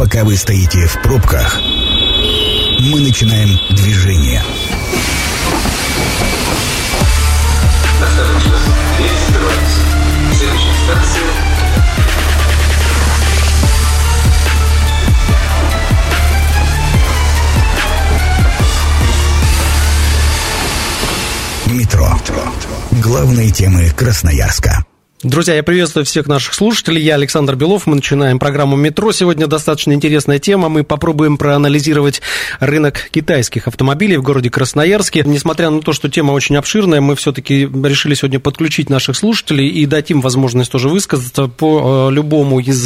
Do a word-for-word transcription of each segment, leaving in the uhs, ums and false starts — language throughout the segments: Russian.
Пока вы стоите в пробках, мы начинаем движение. Осторожно, дверь закрывается. Следующая станция. Метро. Главные темы Красноярска. Друзья, я приветствую всех наших слушателей. Я Александр Белов. Мы начинаем программу «Метро». Сегодня достаточно интересная тема. Мы попробуем проанализировать рынок китайских автомобилей в городе Красноярске. Несмотря на то, что тема очень обширная, мы все-таки решили сегодня подключить наших слушателей и дать им возможность тоже высказаться по любому из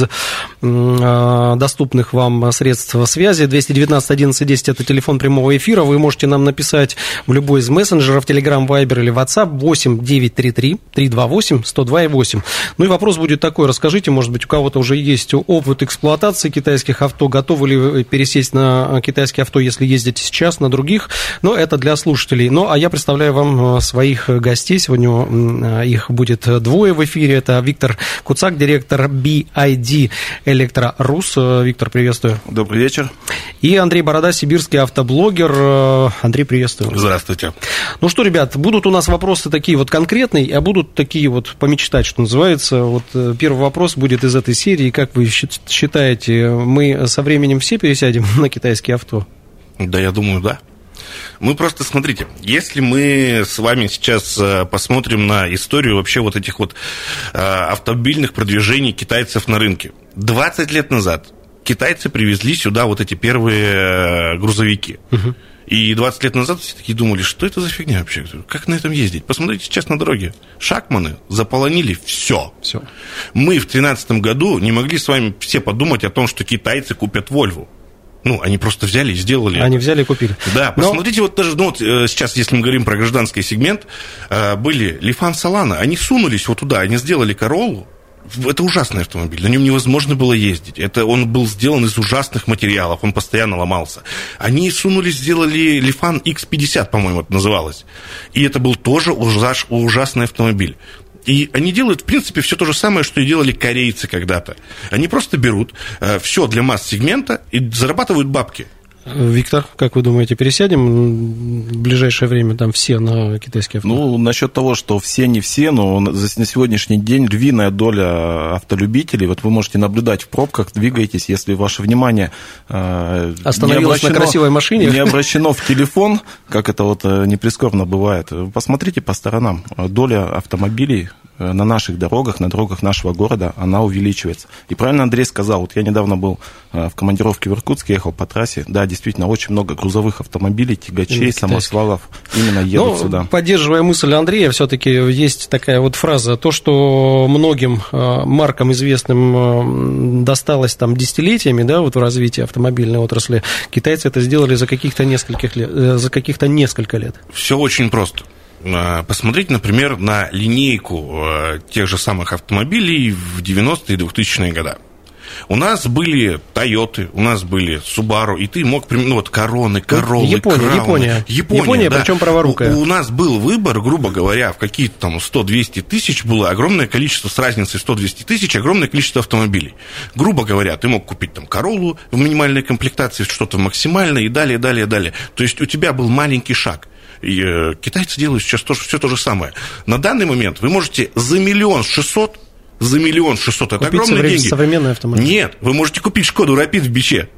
доступных вам средств связи. двести девятнадцать одиннадцать десять – это телефон прямого эфира. Вы можете нам написать в любой из мессенджеров, Telegram, Viber или WhatsApp восемь девятьсот тридцать три триста двадцать восемь сто два и восемь. Ну и вопрос будет такой, расскажите, может быть, у кого-то уже есть опыт эксплуатации китайских авто, готовы ли вы пересесть на китайские авто, если ездите сейчас на других, но это для слушателей. Ну, а я представляю вам своих гостей, сегодня их будет двое в эфире, это Виктор Куцак, директор би ай ди Электрорус. Виктор, приветствую. Добрый вечер. И Андрей Борода, сибирский автоблогер. Андрей, приветствую. Здравствуйте. Ну что, ребят, будут у нас вопросы такие вот конкретные, а будут такие вот помечтать, что называется. Вот первый вопрос будет из этой серии. Как вы считаете, мы со временем все пересядем на китайские авто? Да, я думаю, да. Мы просто, смотрите, если мы с вами сейчас посмотрим на историю вообще вот этих вот автомобильных продвижений китайцев на рынке. двадцать лет назад китайцы привезли сюда вот эти первые грузовики. Угу. И двадцать лет назад все такие думали, что это за фигня вообще? Как на этом ездить? Посмотрите сейчас на дороге. Шахманы заполонили все. все. Мы в две тысячи тринадцатом году не могли с вами все подумать о том, что китайцы купят Volvo. Ну, они просто взяли и сделали. Они взяли и купили. Да, посмотрите, Но... вот даже, ну, вот сейчас, если мы говорим про гражданский сегмент, были Лифан Солана, они сунулись вот туда, они сделали Короллу. Это ужасный автомобиль, на нем невозможно было ездить. Это он был сделан из ужасных материалов, он постоянно ломался. Они сунулись, сделали Лифан икс пятьдесят, по-моему, это называлось. И это был тоже ужас, ужасный автомобиль. И они делают, в принципе, все то же самое, что и делали корейцы когда-то. Они просто берут э, все для масс-сегмента и зарабатывают бабки. Виктор, как вы думаете, пересядем в ближайшее время там все на китайские авто? Ну, насчет того, что все не все, но на сегодняшний день львиная доля автолюбителей, вот вы можете наблюдать в пробках, двигаетесь, если ваше внимание э, остановилось на красивой машине, не обращено в телефон, как это вот не прискорбно бывает, посмотрите по сторонам, доля автомобилей на наших дорогах, на дорогах нашего города, она увеличивается. И правильно Андрей сказал, вот я недавно был в командировке в Иркутске, ехал по трассе, да, действительно, очень много грузовых автомобилей, тягачей, самосвалов именно едут Но, сюда. Поддерживая мысль Андрея, все-таки есть такая вот фраза, то, что многим маркам известным досталось там десятилетиями, да, вот в развитии автомобильной отрасли, китайцы это сделали за каких-то нескольких лет, за каких-то несколько лет. Все очень просто. Посмотрите, например, на линейку тех же самых автомобилей в девяностые и двухтысячные годы. У нас были Тойоты, у нас были Subaru, и ты мог, ну вот, Короны, Короллы, Япония, Крауны. Япония, Япония, Япония да. Причем праворукая. У, у нас был выбор, грубо говоря, в какие-то там сто-двести тысяч было огромное количество, с разницей сто-двести тысяч, огромное количество автомобилей. Грубо говоря, ты мог купить там Короллу в минимальной комплектации, что-то максимальное, и далее, далее, далее. То есть у тебя был маленький шаг. И, э, китайцы делают сейчас то, все то же самое. На данный момент вы можете за миллион шестьсот, за миллион шестьсот, это купить огромные деньги. Современный автомобиль. Нет, вы можете купить Шкоду Рапид в Биче.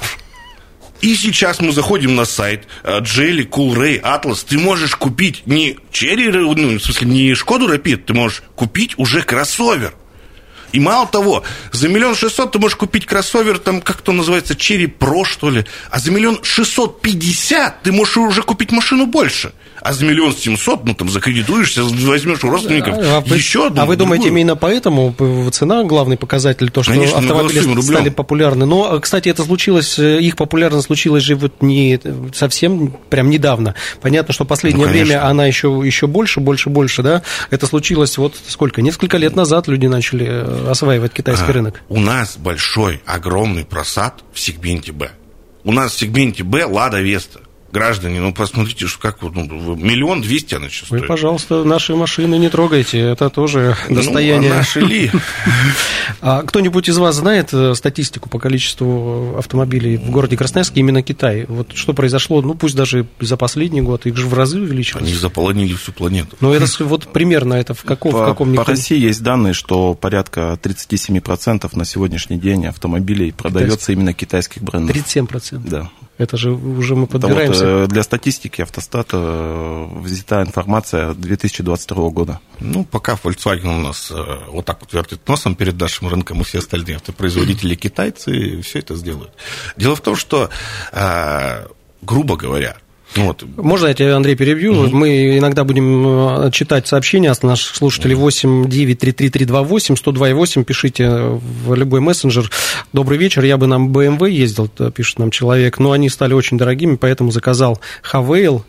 И сейчас мы заходим на сайт Geely, Coolray, Atlas. Ты можешь купить не Cherry, ну, в смысле, не Шкоду Рапид, ты можешь купить уже кроссовер. И мало того, за миллион шестьсот ты можешь купить кроссовер, там, как то называется, Cherry Pro, что ли. А за миллион шестьсот пятьдесят ты можешь уже купить машину больше. А за миллион семьсот, ну, там, закредитуешься, возьмешь у родственников а еще одну. А вы думаете, другую? Именно поэтому цена главный показатель, то, что Конечно, автомобили стали популярны. Но, кстати, это случилось, их популярность случилась же вот не совсем прям недавно. Понятно, что последнее ну, время она еще, еще больше, больше, больше, да? Это случилось вот сколько? Несколько лет назад люди начали осваивать китайский а, рынок. У нас большой, огромный просад в сегменте Б. У нас в сегменте Б Лада Веста. Граждане, ну, посмотрите, что как ну, миллион двести она сейчас стоит. Вы, пожалуйста, наши машины не трогайте, это тоже достояние. Ну, а наши ли? А кто-нибудь из вас знает статистику по количеству автомобилей в городе Красноярске, именно Китай? Вот что произошло, ну, пусть даже за последний год, их же в разы увеличилось. Они заполонили всю планету. Но это вот примерно это в каком... По, в каком по России есть данные, что порядка тридцать семь процентов на сегодняшний день автомобилей продается Китайский. Именно китайских брендов. тридцать семь процентов? Да. Это же уже мы подбираемся. Вот, для статистики Автостата взята информация две тысячи двадцать второго года. Ну, пока Volkswagen у нас вот так вот вертит носом перед нашим рынком, и все остальные автопроизводители китайцы все это сделают. Дело в том, что, грубо говоря, вот. Можно я тебя, Андрей, перебью? Угу. Мы иногда будем читать сообщения от наших слушателей. восемь девять три три три два восемь сто два восемь. Пишите в любой мессенджер. Добрый вечер, я бы на бэ эм вэ ездил, пишет нам человек, но они стали очень дорогими, поэтому заказал Хавейл.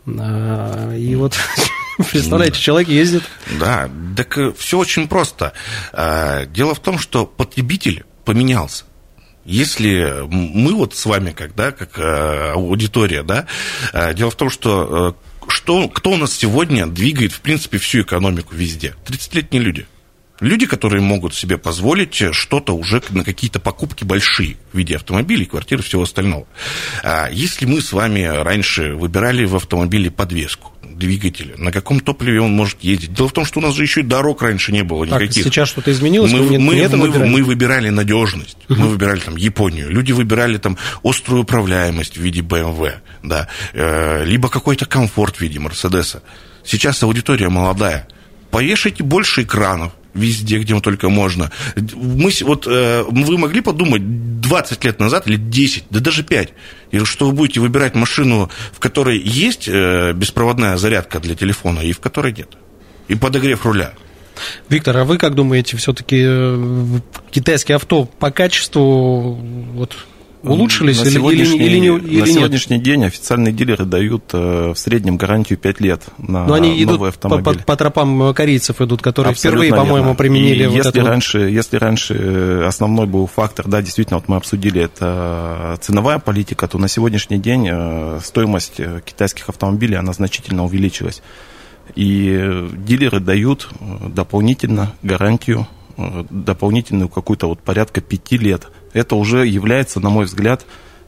И вот, представляете, человек ездит. Да, так все очень просто. Дело в том, что потребитель поменялся. Если мы вот с вами, как, да, как аудитория, да, дело в том, что, что кто у нас сегодня двигает, в принципе, всю экономику везде? тридцатилетние люди. Люди, которые могут себе позволить что-то уже на какие-то покупки большие в виде автомобилей, квартир и всего остального. Если мы с вами раньше выбирали в автомобиле подвеску, двигателя, на каком топливе он может ездить. Дело в том, что у нас же еще и дорог раньше не было никаких. Так, сейчас что-то изменилось? Мы, мы, мы, мы, мы, мы выбирали надежность, uh-huh. мы выбирали там Японию, люди выбирали там острую управляемость в виде бэ эм вэ, да, э, либо какой-то комфорт в виде Мерседеса. Сейчас аудитория молодая. Повешайте больше экранов везде, где только можно. Мы, вот, э, вы могли подумать двадцать лет назад или десять, да даже пять, что вы будете выбирать машину, в которой есть э, беспроводная зарядка для телефона и в которой нет, и подогрев руля. Виктор, а вы как думаете, все-таки китайские авто по качеству вот, улучшились на или, или, или, не, или на нет? сегодняшний день официальные дилеры дают э, в среднем гарантию пять лет на Но они новые идут автомобили. По, по, по тропам корейцев идут, которые Абсолютно впервые, по-моему, применили и вот если это раньше, вот... если раньше основной был фактор, да, действительно, вот мы обсудили, это ценовая политика, то на сегодняшний день стоимость китайских автомобилей, она значительно увеличилась. И дилеры дают дополнительно гарантию, дополнительную какую-то вот порядка пяти лет. Это уже является, на мой взгляд,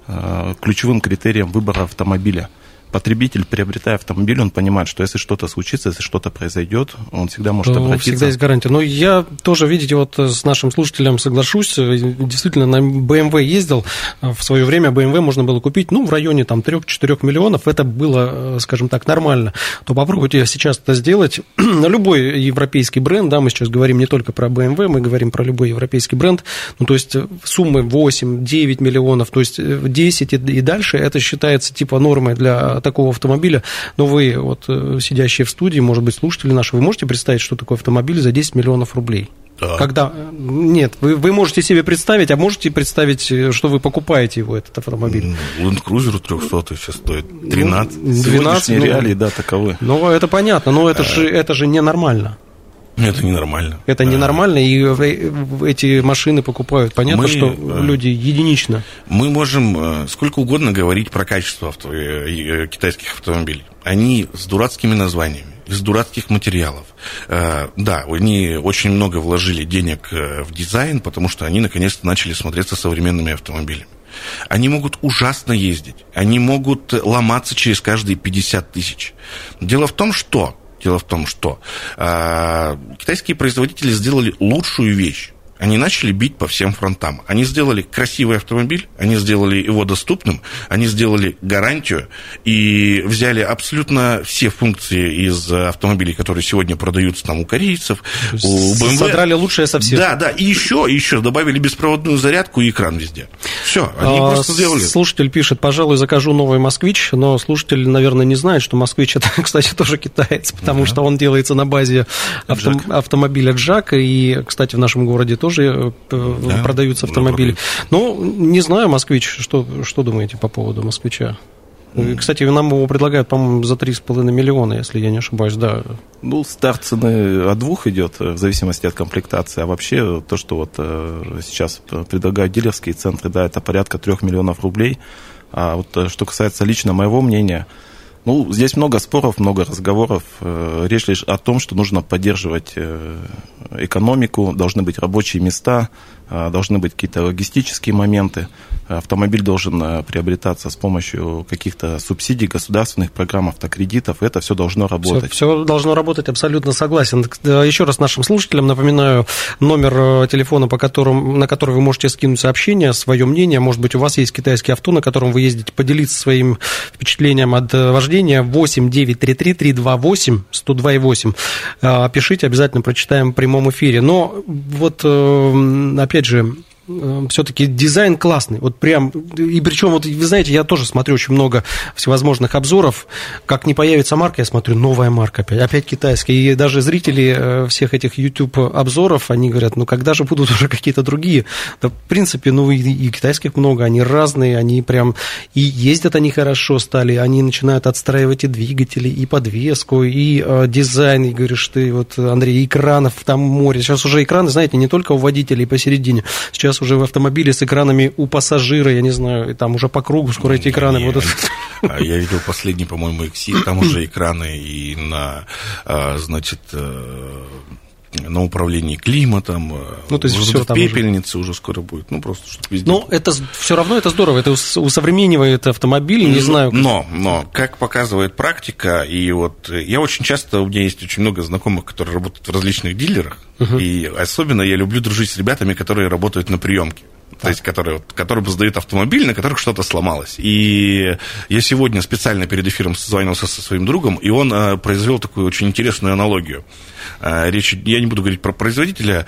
ключевым критерием выбора автомобиля. Потребитель, приобретая автомобиль, он понимает, что если что-то случится, если что-то произойдет, он всегда может то обратиться. Всегда есть гарантия. Но я тоже, видите, вот с нашим слушателем соглашусь. Действительно, на бэ эм вэ ездил. В свое время бэ эм вэ можно было купить, ну, в районе там три-четыре миллионов. Это было, скажем так, нормально. То попробуйте сейчас это сделать. На любой европейский бренд, да, мы сейчас говорим не только про бэ эм вэ, мы говорим про любой европейский бренд. Ну, то есть суммы восемь-девять миллионов, то есть десять и дальше, это считается типа нормой для такого автомобиля, но вы, вот, сидящие в студии, может быть, слушатели наши, вы можете представить, что такое автомобиль за десять миллионов рублей? Да. Когда... Нет, вы, вы можете себе представить, а можете представить, что вы покупаете его, этот автомобиль? Land Cruiser трехсотый сейчас стоит тринадцать. двенадцать, ну, реалии, да, таковы. Ну, это понятно, но это, а... же, это же ненормально. Это ненормально. Это ненормально, и эти машины покупают. Понятно, мы, что люди единично. Мы можем сколько угодно говорить про качество авто, китайских автомобилей. Они с дурацкими названиями, из дурацких материалов. Да, они очень много вложили денег в дизайн, потому что они наконец-то начали смотреться современными автомобилями. Они могут ужасно ездить, они могут ломаться через каждые пятьдесят тысяч. Дело в том, что... Дело в том, что э, китайские производители сделали лучшую вещь. Они начали бить по всем фронтам. Они сделали красивый автомобиль, они сделали его доступным, они сделали гарантию и взяли абсолютно все функции из автомобилей, которые сегодня продаются там у корейцев, у бэ эм вэ. Содрали лучшее со всех. Да, да, и еще, еще добавили беспроводную зарядку и экран везде. Все, они а, просто сделали. Слушатель пишет, пожалуй, закажу новый «Москвич», но слушатель, наверное, не знает, что «Москвич» это, кстати, тоже китаец, потому да. что он делается на базе авто, автомобиля «Джак», и, кстати, в нашем городе тоже тоже да, продаются автомобили. Ну, не знаю, «Москвич», что, что думаете по поводу «Москвича»? Mm. Кстати, нам его предлагают, по-моему, за три с половиной миллиона, если я не ошибаюсь, да. Ну, старт цены от двух идет, в зависимости от комплектации. А вообще, то, что вот сейчас предлагают дилерские центры, да, это порядка трех миллионов рублей. А вот что касается лично моего мнения, ну, здесь много споров, много разговоров. Речь лишь о том, что нужно поддерживать экономику, должны быть рабочие места, должны быть какие-то логистические моменты. Автомобиль должен приобретаться с помощью каких-то субсидий, государственных программ, автокредитов. Это все должно работать. Все, все должно работать, абсолютно согласен. Еще раз нашим слушателям напоминаю номер телефона, по которому, на который вы можете скинуть сообщение, свое мнение. Может быть, у вас есть китайский авто, на котором вы ездите, поделиться своим впечатлением от вождения. восемь девятьсот тридцать три триста двадцать восемь сто два и восемь. Пишите, обязательно прочитаем в прямом эфире. Но вот, опять же, все-таки дизайн классный, вот прям, и причем, вот, вы знаете, я тоже смотрю очень много всевозможных обзоров, как не появится марка, я смотрю, новая марка опять, опять китайская, и даже зрители всех этих YouTube-обзоров, они говорят, ну, когда же будут уже какие-то другие, да, в принципе, ну, и, и китайских много, они разные, они прям, и ездят они хорошо стали, они начинают отстраивать и двигатели, и подвеску, и э, дизайн, и говоришь ты, вот, Андрей, экранов там море, сейчас уже экраны, знаете, не только у водителей посередине, сейчас уже в автомобиле с экранами у пассажира, я не знаю, там уже по кругу скоро эти экраны будут. Я видел последний, по-моему, Exit, там уже экраны и на, значит, на управлении климатом, ну, то есть все там пепельницы уже... уже скоро будет, ну, просто чтобы везде... Ну, это все равно это здорово, это усовременивает автомобиль, не знаю... Но, но, как показывает практика, и вот я очень часто, у меня есть очень много знакомых, которые работают в различных дилерах, uh-huh. и особенно я люблю дружить с ребятами, которые работают на приемке. То есть, которые, которые сдают автомобиль, на которых что-то сломалось. И я сегодня специально перед эфиром созвонился со своим другом, и он а, произвел такую очень интересную аналогию. А, речь, я не буду говорить про производителя,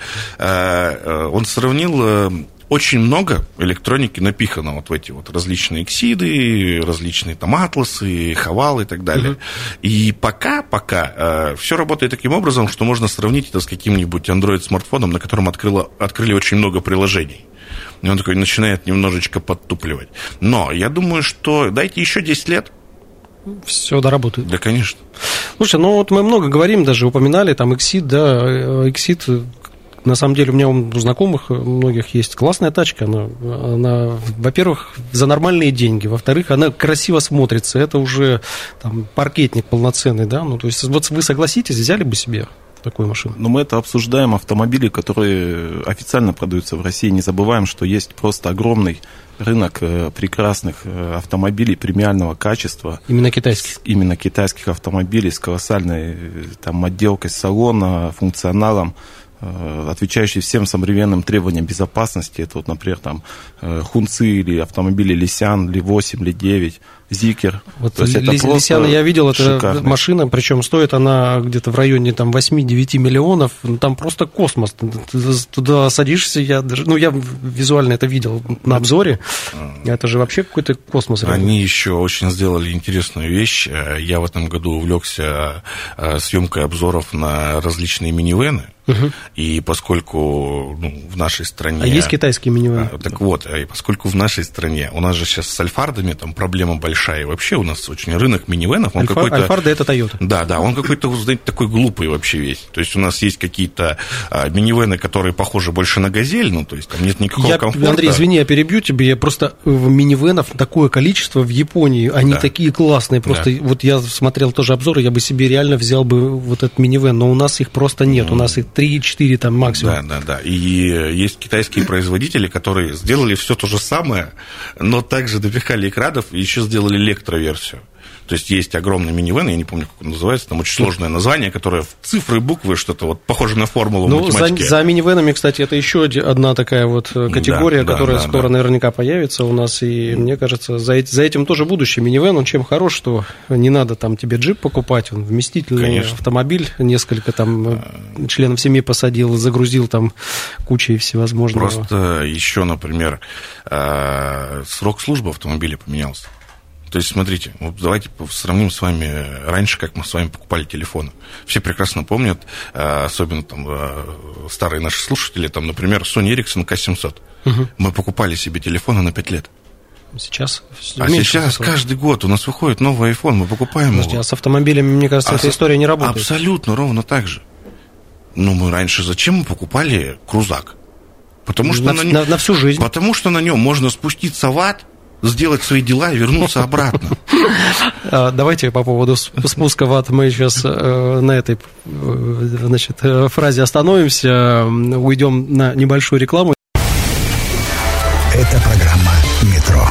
а, он сравнил... А, очень много электроники напихано вот в эти вот различные эксиды, различные там атласы, хавалы и так далее. Uh-huh. И пока, пока э, все работает таким образом, что можно сравнить это с каким-нибудь Android-смартфоном, на котором открыло, открыли очень много приложений. И он такой начинает немножечко подтупливать. Но я думаю, что дайте еще десять лет. Все доработает. Да, конечно. Слушай, ну вот мы много говорим, даже упоминали, там Exit, да, Exit... На самом деле, у меня у знакомых многих есть классная тачка. Она, она, во-первых, за нормальные деньги. Во-вторых, она красиво смотрится. Это уже там, паркетник полноценный, да? Ну, то есть, вот вы согласитесь, взяли бы себе такую машину? Но мы это обсуждаем, автомобили, которые официально продаются в России. Не забываем, что есть просто огромный рынок прекрасных автомобилей премиального качества. Именно китайских? Именно китайских автомобилей с колоссальной там, отделкой салона, функционалом, отвечающий всем современным требованиям безопасности. Это вот, например, там Хунци или автомобили Лисян, Ли восемь, Ли девять, Зикер. Вот Лисян я видел, это шикарный. Машина, причем стоит она где-то в районе там, восемь-девять миллионов, там просто космос. Ты туда садишься, я даже, ну, я визуально это видел на обзоре, это же вообще какой-то космос. Они еще очень сделали интересную вещь. Я в этом году увлекся съемкой обзоров на различные минивэны. Угу. И поскольку ну, в нашей стране... А есть китайские минивэны? Так вот, и поскольку в нашей стране у нас же сейчас с альфардами там проблема большая, и вообще у нас очень рынок минивэнов, он Альфа, какой-то... Альфарда — это Toyota. Да, да, он какой-то, знаете, такой глупый вообще весь. То есть у нас есть какие-то а, минивэны, которые похожи больше на «Газель», ну, то есть там нет никакого я, комфорта. Андрей, извини, я перебью тебя, я просто минивэнов такое количество в Японии, они да. такие классные, просто да. вот я смотрел тоже обзоры, я бы себе реально взял бы вот этот минивэн, но у нас их просто нет, mm. у нас их три-четыре там максимум. Да, да, да. И есть китайские производители, которые сделали все то же самое, но также допихали экранов и еще сделали электроверсию. То есть есть огромный минивэн, я не помню, как он называется, там очень сложное название, которое в цифры, буквы, что-то вот похоже на формулу ну, математики. За, за минивэнами, кстати, это еще одна такая вот категория, да, которая да, скоро да. наверняка появится у нас, и мне кажется, за, за этим тоже будущее. Минивэн, он чем хорош, что не надо там тебе джип покупать, он вместительный Конечно. автомобиль, несколько там членов семьи посадил, загрузил там кучей всевозможного. Просто еще, например, срок службы автомобиля поменялся. То есть, смотрите, вот давайте сравним с вами раньше, как мы с вами покупали телефоны. Все прекрасно помнят, особенно там старые наши слушатели, там, например, Sony Ericsson К семьсот. Угу. Мы покупали себе телефоны на пять лет. Сейчас А сейчас смысл. Каждый год у нас выходит новый iPhone, мы покупаем Подожди, его. А с автомобилями, мне кажется, а эта с... история не работает. Абсолютно, ровно так же. Ну, мы раньше зачем мы покупали крузак? Потому что на, на, на, на всю жизнь. Потому что на нем можно спуститься в ад, сделать свои дела и вернуться обратно. Давайте по поводу спуска в ад мы сейчас на этой, значит, фразе остановимся, уйдем на небольшую рекламу. Это программа «Метро».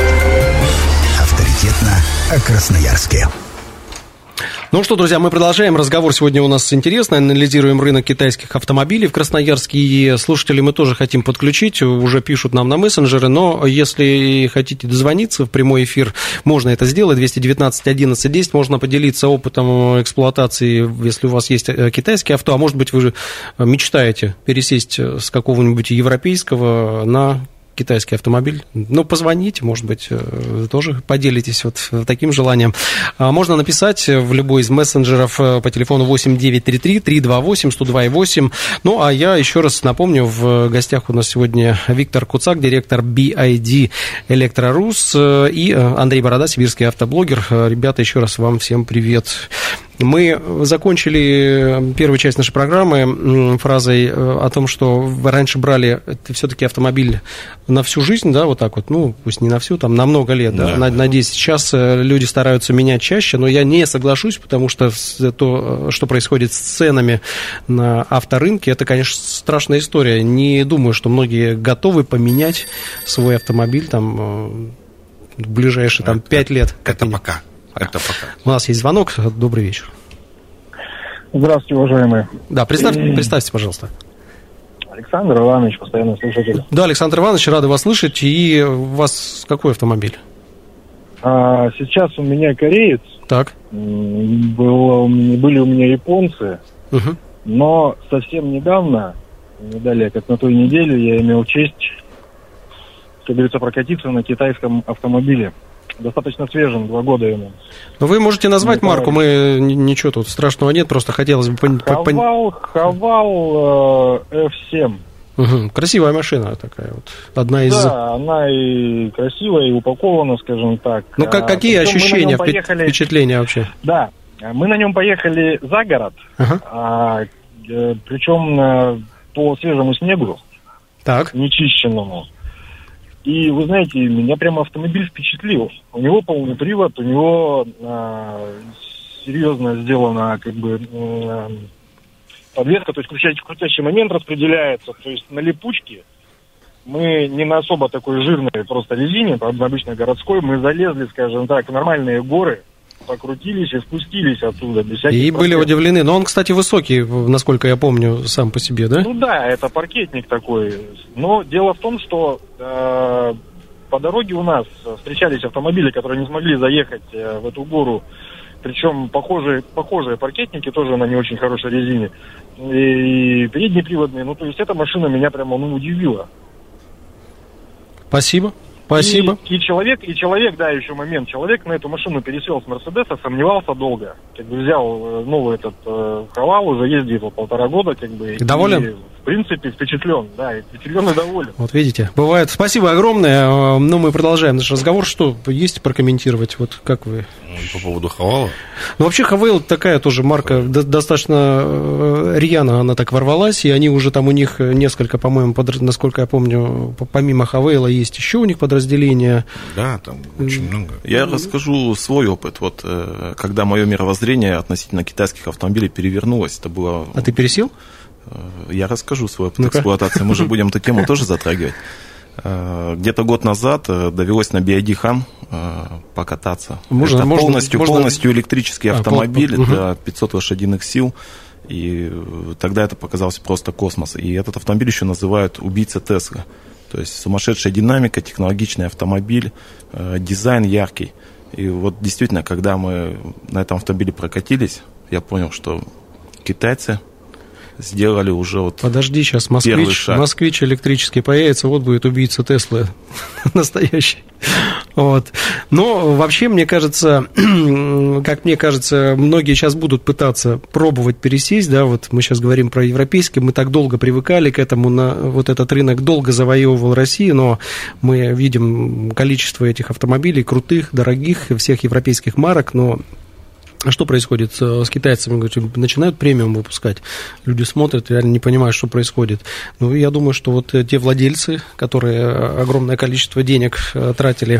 Авторитетно о Красноярске. Ну что, друзья, мы продолжаем. Разговор сегодня у нас интересный. Анализируем рынок китайских автомобилей в Красноярске. И слушателей мы тоже хотим подключить. Уже пишут нам на мессенджеры. Но если хотите дозвониться в прямой эфир, можно это сделать. двести девятнадцать одиннадцать десять. Можно поделиться опытом эксплуатации, если у вас есть китайские авто. А может быть, вы же мечтаете пересесть с какого-нибудь европейского на китайский автомобиль. Ну, позвоните, может быть, тоже поделитесь вот таким желанием. Можно написать в любой из мессенджеров по телефону восемь девятьсот тридцать три триста двадцать восемь сто два восемь. Ну, а я еще раз напомню, в гостях у нас сегодня Виктор Куцак, директор би ай ди Электрорус, и Андрей Борода, сибирский автоблогер. Ребята, еще раз вам всем привет. Мы закончили первую часть нашей программы фразой о том, что раньше брали все-таки автомобиль на всю жизнь, да, вот так вот, ну, пусть не на всю, там, на много лет, да, да. На, на десять. Сейчас люди стараются менять чаще, но я не соглашусь, потому что то, что происходит с ценами на авторынке, это, конечно, страшная история. Не думаю, что многие готовы поменять свой автомобиль там в ближайшие там, пять лет. Это пока. Это пока. У нас есть звонок. Добрый вечер. Здравствуйте, уважаемые. Да, представь, представьте, пожалуйста. Александр Иванович, постоянный слушатель. Да, Александр Иванович, рады вас слышать. И у вас какой автомобиль? А, сейчас у меня кореец. Так. Было, были у меня японцы. Угу. Но совсем недавно, не далее, как на той неделе, я имел честь, как говорится, прокатиться на китайском автомобиле. Достаточно свежим, два года ему. Но вы можете назвать ну, марку, мы ничего тут страшного нет, просто хотелось бы понять. Хавал, Хавал э, эф семь. Угу. Красивая машина такая вот, одна из... Да, она и красивая, и упакована, скажем так. Ну, как, какие Причем ощущения, поехали... впечатления вообще? Да, мы на нем поехали за город, ага. а, э, причем э, по свежему снегу, так. нечищенному. И, вы знаете, меня прямо автомобиль впечатлил. У него полный привод, у него э, серьезно сделана как бы э, подвеска, то есть крутящий, крутящий момент распределяется. То есть на липучке мы не на особо такой жирной просто резине, обычно городской, мы залезли, скажем так, в нормальные горы, покрутились и спустились оттуда. Без всяких и проблем. Были удивлены. Но он, кстати, высокий, насколько я помню, сам по себе, да? Ну да, это паркетник такой. Но дело в том, что э, по дороге у нас встречались автомобили, которые не смогли заехать э, в эту гору. Причем похожие, похожие паркетники, тоже на не очень хорошей резине. И, и переднеприводные. Ну, то есть эта машина меня прямо ну, удивила. Спасибо. Спасибо. И, и человек, и человек, да, еще момент. Человек на эту машину пересел с Мерседеса, сомневался долго. Как бы взял новый этот э, Хавал, уже ездит вот, полтора года, как бы. Доволен? И, в принципе, впечатлен, да, и впечатлен и доволен. Вот видите, бывает. Спасибо огромное. Но мы продолжаем наш разговор. Что есть прокомментировать? Вот как вы? По поводу Хавала? Ну, вообще, Хавейл такая тоже марка, достаточно рьяно она так ворвалась, и они уже там у них несколько, по-моему, под, насколько я помню, помимо Хавейла есть еще у них подразделения. Да, там очень много. Я расскажу свой опыт. Вот, когда мое мировоззрение относительно китайских автомобилей перевернулось, это было... А ты пересел? Я расскажу свой опыт Ну-ка. эксплуатации. Мы же будем эту тему тоже затрагивать. Где-то год назад довелось на би ай ди Хан покататься. Можно, это можно, полностью, можно... полностью электрический автомобиль, а, пол... это пятьсот лошадиных сил. И тогда это показалось просто космос. И этот автомобиль еще называют убийца Тесла. То есть сумасшедшая динамика, технологичный автомобиль, дизайн яркий. И вот действительно, когда мы на этом автомобиле прокатились, я понял, что китайцы сделали уже вот... Подожди, сейчас москвич, москвич электрический появится, вот будет убийца Теслы настоящий. Вот. Но вообще, мне кажется, как мне кажется, многие сейчас будут пытаться пробовать пересесть, да, вот мы сейчас говорим про европейский, мы так долго привыкали к этому, на, вот этот рынок долго завоевывал Россию, но мы видим количество этих автомобилей крутых, дорогих, всех европейских марок, но А что происходит с китайцами? Начинают премиум выпускать, люди смотрят, реально не понимают, что происходит. Ну, я думаю, что вот те владельцы, которые огромное количество денег тратили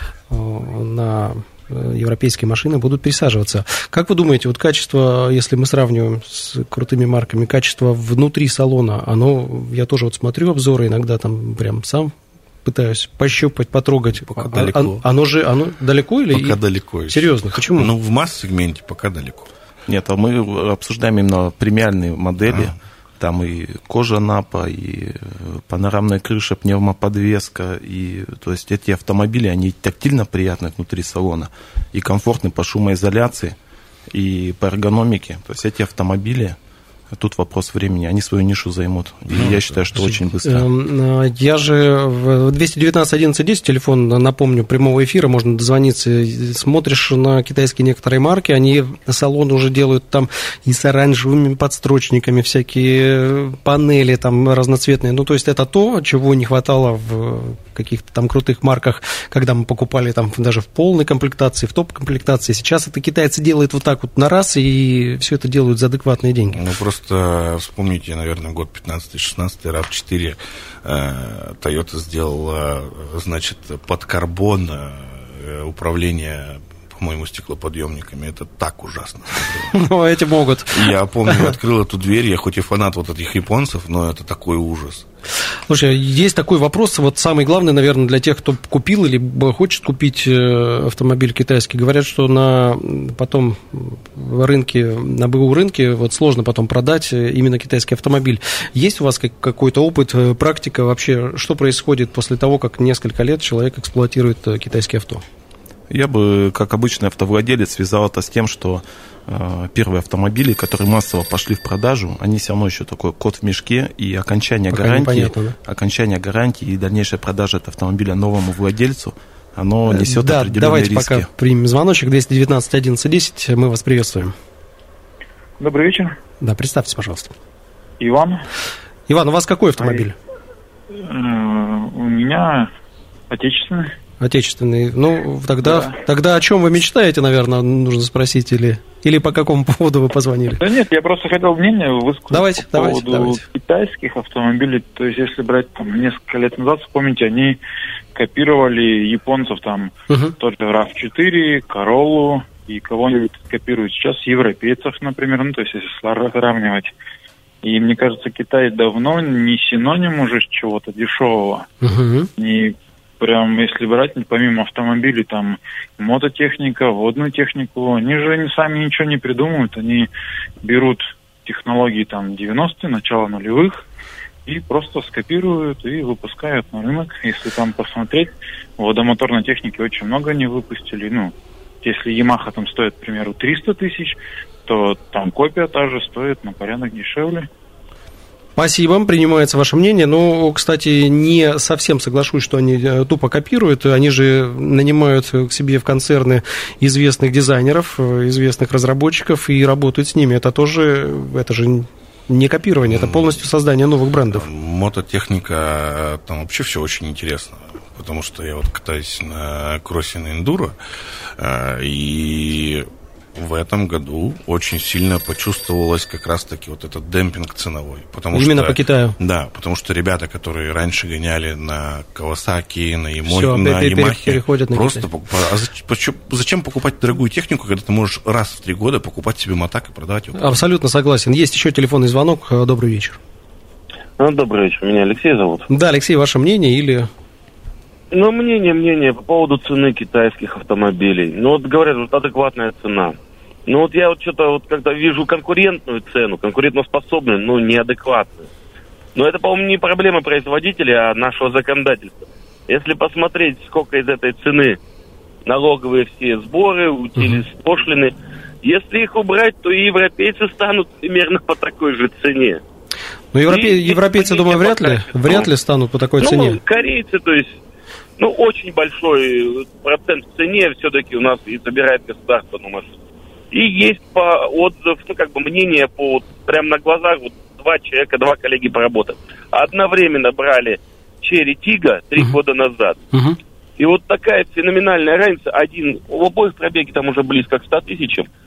на европейские машины, будут присаживаться. Как вы думаете, вот качество, если мы сравниваем с крутыми марками, качество внутри салона, оно, я тоже вот смотрю обзоры, иногда там прям сам пытаюсь пощупать, потрогать. Пока а, далеко. Оно же, оно далеко или? Пока далеко. Серьезно, почему? Ну, в масс-сегменте пока далеко. Нет, а мы обсуждаем именно премиальные модели. А. Там и кожа напа, и панорамная крыша, пневмоподвеска. И, то есть эти автомобили, они тактильно приятны внутри салона и комфортны по шумоизоляции и по эргономике. То есть эти автомобили, тут вопрос времени, они свою нишу займут. И ну, я считаю, что очень быстро. Я же в двести девятнадцать одиннадцать десять, телефон, напомню, прямого эфира, можно дозвониться. Смотришь на китайские некоторые марки, они салон уже делают там и с оранжевыми подстрочниками, всякие панели там разноцветные. Ну, то есть это то, чего не хватало в каких-то там крутых марках, когда мы покупали там даже в полной комплектации, в топ-комплектации. Сейчас это китайцы делают вот так вот на раз, и все это делают за адекватные деньги. Ну, просто вспомните, наверное, год пятнадцатый-шестнадцатый, рав четыре, Toyota сделала, значит, под карбон управление, по-моему, стеклоподъемниками. Это так ужасно. Ну, эти могут. Я помню, я открыл эту дверь, я хоть и фанат вот этих японцев, но это такой ужас. Слушай, есть такой вопрос, вот самый главный, наверное, для тех, кто купил или хочет купить автомобиль китайский. Говорят, что на потом в рынке, на БУ рынке вот сложно потом продать именно китайский автомобиль. Есть у вас какой-то опыт, практика вообще, что происходит после того, как несколько лет человек эксплуатирует китайские авто? Я бы, как обычный автовладелец, связал это с тем, что э, первые автомобили, которые массово пошли в продажу, они все равно еще такой кот в мешке, и окончание Пока гарантии, непонятно, да? окончание гарантии и дальнейшая продажа этого автомобиля новому владельцу, оно несет да, определенные давайте риски. Пока примем звоночек двести девятнадцать одиннадцать десять, мы вас приветствуем. Добрый вечер. Да, представьте, пожалуйста. Иван. Иван, у вас какой автомобиль? У меня отечественный. Отечественный. Ну, тогда, да. тогда о чем вы мечтаете, наверное, нужно спросить, или, или по какому поводу вы позвонили? Да нет, я просто хотел мнение высказать давайте, по давайте, поводу давайте. китайских автомобилей. То есть, если брать там несколько лет назад, вспомните, они копировали японцев, там, угу. тот же рав четыре, Короллу, и кого-нибудь копируют сейчас, европейцев, например, ну, то есть, если сравнивать. И мне кажется, Китай давно не синоним уже чего-то дешевого, угу. не прям, если брать, помимо автомобилей, там, мототехника, водную технику, они же они сами ничего не придумывают, они берут технологии, там, девяностые, начало нулевых, и просто скопируют и выпускают на рынок. Если там посмотреть, водомоторной техники очень много они выпустили, ну, если Yamaha там стоит, к примеру, триста тысяч, то там копия та же стоит на порядок дешевле. Спасибо, принимается ваше мнение. Но, кстати, не совсем соглашусь, что они тупо копируют. Они же нанимают к себе в концерны известных дизайнеров, известных разработчиков и работают с ними. Это тоже, это же не копирование, это полностью создание новых брендов. Мототехника, там вообще все очень интересно. Потому что я вот катаюсь на кроссе на эндуро, и в этом году очень сильно почувствовалось как раз-таки вот этот демпинг ценовой. Потому Именно что, по Китаю? Да, потому что ребята, которые раньше гоняли на Кавасаки, на, Ямо... Все, на Ямахе, переходят на просто Китай. А зачем, зачем покупать дорогую технику, когда ты можешь раз в три года покупать себе мотак и продавать его? Абсолютно согласен. Есть еще телефонный звонок. Добрый вечер. Ну, добрый вечер. Меня Алексей зовут. Да, Алексей, ваше мнение или... Ну, мнение, мнение по поводу цены китайских автомобилей. Ну, вот говорят, вот адекватная цена. Ну, вот я вот что-то вот когда вижу конкурентную цену, конкурентоспособную, но неадекватную. Но это, по-моему, не проблема производителя, а нашего законодательства. Если посмотреть, сколько из этой цены налоговые все сборы, утилис, uh-huh. пошлины, если их убрать, то и европейцы станут примерно по такой же цене. Ну, европе... европейцы, думаю, вряд ли, вряд ли станут по такой ну, цене. Ну, корейцы, то есть... Ну, очень большой процент в цене все-таки у нас и собирает государство на машину. И есть по отзыв, ну, как бы мнение по, вот, прям на глазах, вот два человека, два коллеги поработали. Одновременно брали Черри Тига три uh-huh. года назад. Uh-huh. И вот такая феноменальная разница. Один, в обоих пробеге там уже близко к ста тысячам.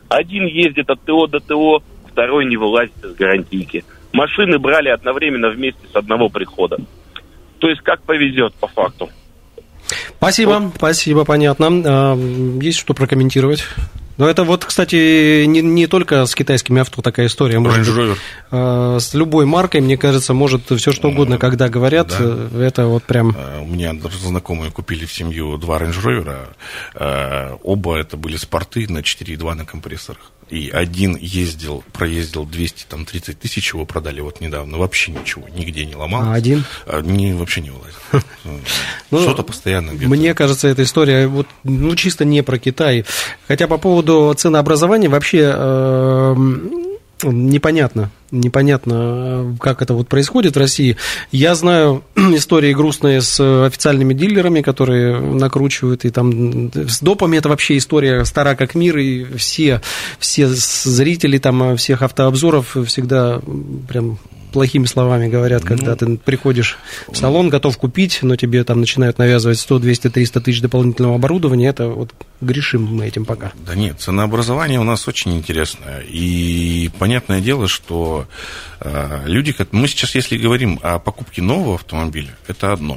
Один ездит от ТО до ТО, второй не вылазит из гарантийки. Машины брали одновременно вместе с одного прихода. То есть как повезет по факту. Спасибо, вот. Спасибо, понятно. Есть что прокомментировать? Но это вот, кстати, не, не только с китайскими авто такая история. Может быть, э, с любой маркой, мне кажется, может все что угодно, когда говорят, да. Это вот прям... У меня знакомые купили в семью два Range Rover, э, оба это были спорты на четыре и два на компрессорах. И один ездил, проездил двести тридцать тысяч, его продали вот недавно, вообще ничего, нигде не ломал. А один? Не, вообще не вылазил. Что-то постоянно где-то. Мне кажется, эта история вот, ну, чисто не про Китай. Хотя по поводу ценообразования вообще э, непонятно. Непонятно, как это вот происходит в России. Я знаю истории грустные с официальными дилерами, которые накручивают, и там с допами это вообще история стара как мир, и все, все зрители там всех автообзоров всегда прям плохими словами говорят, когда ну, ты приходишь в салон, готов купить, но тебе там начинают навязывать сто, двести, триста тысяч дополнительного оборудования, это вот грешим мы этим пока. Да нет, ценообразование у нас очень интересное, и понятное дело, что э, люди, мы сейчас, если говорим о покупке нового автомобиля, это одно.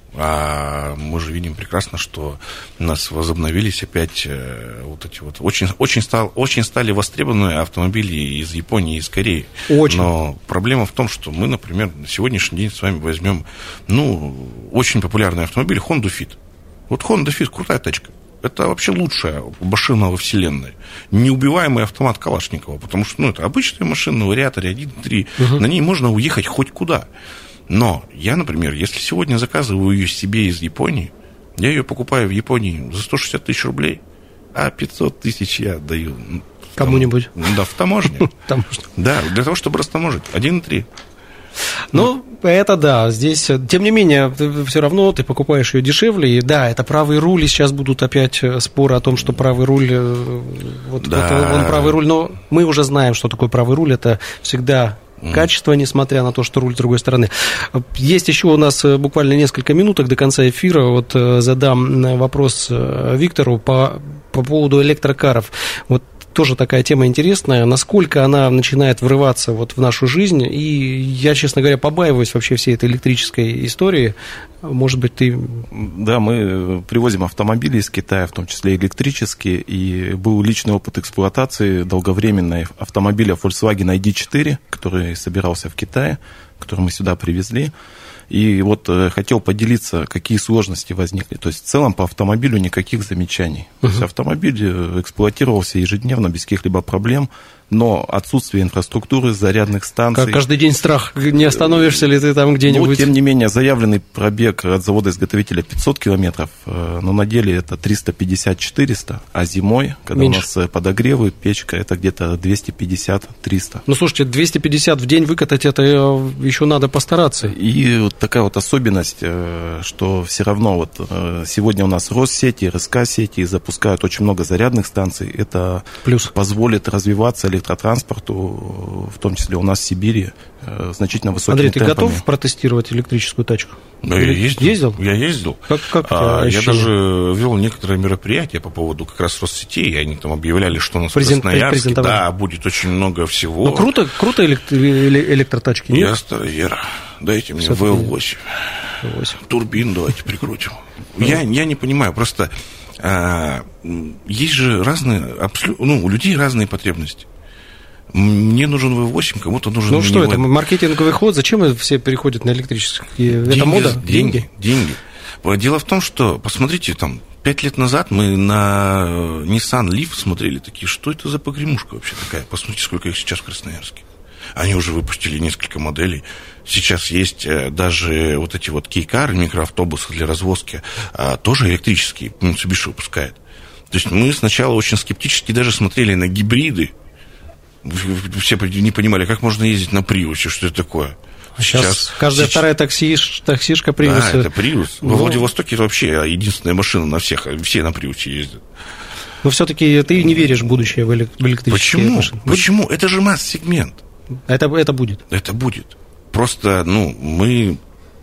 А мы же видим прекрасно, что у нас возобновились опять вот эти вот очень, очень, стал, очень стали востребованы автомобили из Японии и из Кореи. Очень. Но проблема в том, что мы, например, на сегодняшний день с вами возьмем, ну, очень популярный автомобиль Honda Fit. Вот Honda Fit крутая тачка. Это вообще лучшая машина во вселенной. Неубиваемый автомат Калашникова, потому что, ну, это обычная машина на вариаторе один три, угу. На ней можно уехать хоть куда. Но я, например, если сегодня заказываю ее себе из Японии, я ее покупаю в Японии за сто шестьдесят тысяч рублей, а пятьсот тысяч я отдаю кому-нибудь. Да, в таможне. Да, для того, чтобы растаможить. один три. Ну, это да, здесь, тем не менее, все равно ты покупаешь ее дешевле, и да, это правый руль, и сейчас будут опять споры о том, что правый руль, вот, да. вот он правый руль, но мы уже знаем, что такое правый руль, это всегда... качество, несмотря на то, что руль с другой стороны. Есть еще у нас буквально несколько минуток до конца эфира. Вот задам вопрос Виктору по, по поводу электрокаров. Вот тоже такая тема интересная. Насколько она начинает врываться вот в нашу жизнь? И я, честно говоря, побаиваюсь вообще всей этой электрической истории. Может быть, ты... Да, мы привозим автомобили из Китая, в том числе электрические, и был личный опыт эксплуатации долговременной автомобиля Volkswagen ай ди четыре, который собирался в Китае, который мы сюда привезли. И вот э, хотел поделиться, какие сложности возникли. То есть в целом по автомобилю никаких замечаний. Uh-huh. То есть автомобиль эксплуатировался ежедневно без каких-либо проблем, но отсутствие инфраструктуры, зарядных станций... Как каждый день страх, не остановишься ли ты там где-нибудь? Ну, тем не менее, заявленный пробег от завода-изготовителя пятьсот километров, но на деле это триста пятьдесят - четыреста, а зимой, когда меньше. У нас подогревы, печка, это где-то двести пятьдесят - триста. Ну, слушайте, двести пятьдесят в день выкатать, это еще надо постараться. И вот такая вот особенность, что все равно вот сегодня у нас Россети, РСК-сети запускают очень много зарядных станций, это плюс позволит развиваться электротранспорту, в том числе у нас в Сибири, значительно высокими Андрей, ты темпами. готов протестировать электрическую тачку? Да, я ездил. Ездил? Я ездил. Как, как а, я даже вел некоторые мероприятия по поводу как раз Россетей, и они там объявляли, что у нас Презент, в Красноярске да, будет очень много всего. Ну, круто, круто электро- электротачки, нет? Я старовера. Дайте мне вэ эл восемь. Турбин давайте прикрутим. Я, я не понимаю, просто а, есть же разные, абсолютно, ну, у людей разные потребности. Мне нужен вэ восемь, кому-то нужен... Ну что это, маркетинговый ход? Зачем все переходят на электрические? Деньги, это мода? Деньги, деньги. Дело в том, что, посмотрите, там, пять лет назад мы на Nissan Leaf смотрели такие, что это за погремушка вообще такая? Посмотрите, сколько их сейчас в Красноярске. Они уже выпустили несколько моделей. Сейчас есть даже вот эти вот кейкары, микроавтобусы для развозки, тоже электрические, Mitsubishi выпускает. То есть мы сначала очень скептически даже смотрели на гибриды. Все не понимали, как можно ездить на Приусе, что это такое. Сейчас, сейчас каждая сейчас... вторая таксиш, таксишка Приус. Да, это Приус. Во ну... Владивостоке это вообще единственная машина на всех, все на Приусе ездят. Но все-таки ты не веришь в будущее в электрические Почему? машины. Почему? Это же масс-сегмент. Это, это будет. Это будет. Просто, ну, мы...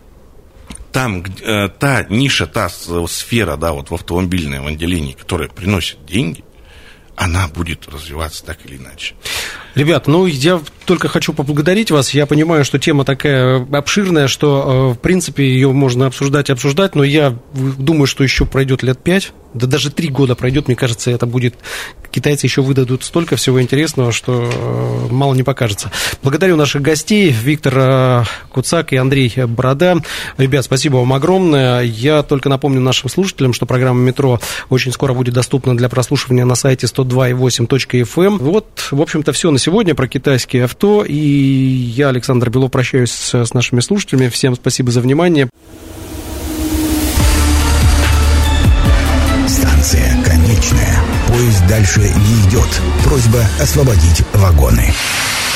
Там, э, та ниша, та сфера, да, вот в автомобильном отделении, которая приносит деньги, она будет развиваться так или иначе. Ребят, ну, я только хочу поблагодарить вас. Я понимаю, что тема такая обширная, что, в принципе, ее можно обсуждать и обсуждать, но я думаю, что еще пройдет лет пять, да даже три года пройдет, мне кажется, это будет... Китайцы еще выдадут столько всего интересного, что мало не покажется. Благодарю наших гостей, Виктор Куцак и Андрей Борода. Ребят, спасибо вам огромное. Я только напомню нашим слушателям, что программа «Метро» очень скоро будет доступна для прослушивания на сайте сто два и восемь точка эф эм. Вот, в общем-то, все на сегодня про китайские авто. И я, Александр Белов, прощаюсь с нашими слушателями. Всем спасибо за внимание. Станция конечная. Поезд дальше не идет. Просьба освободить вагоны.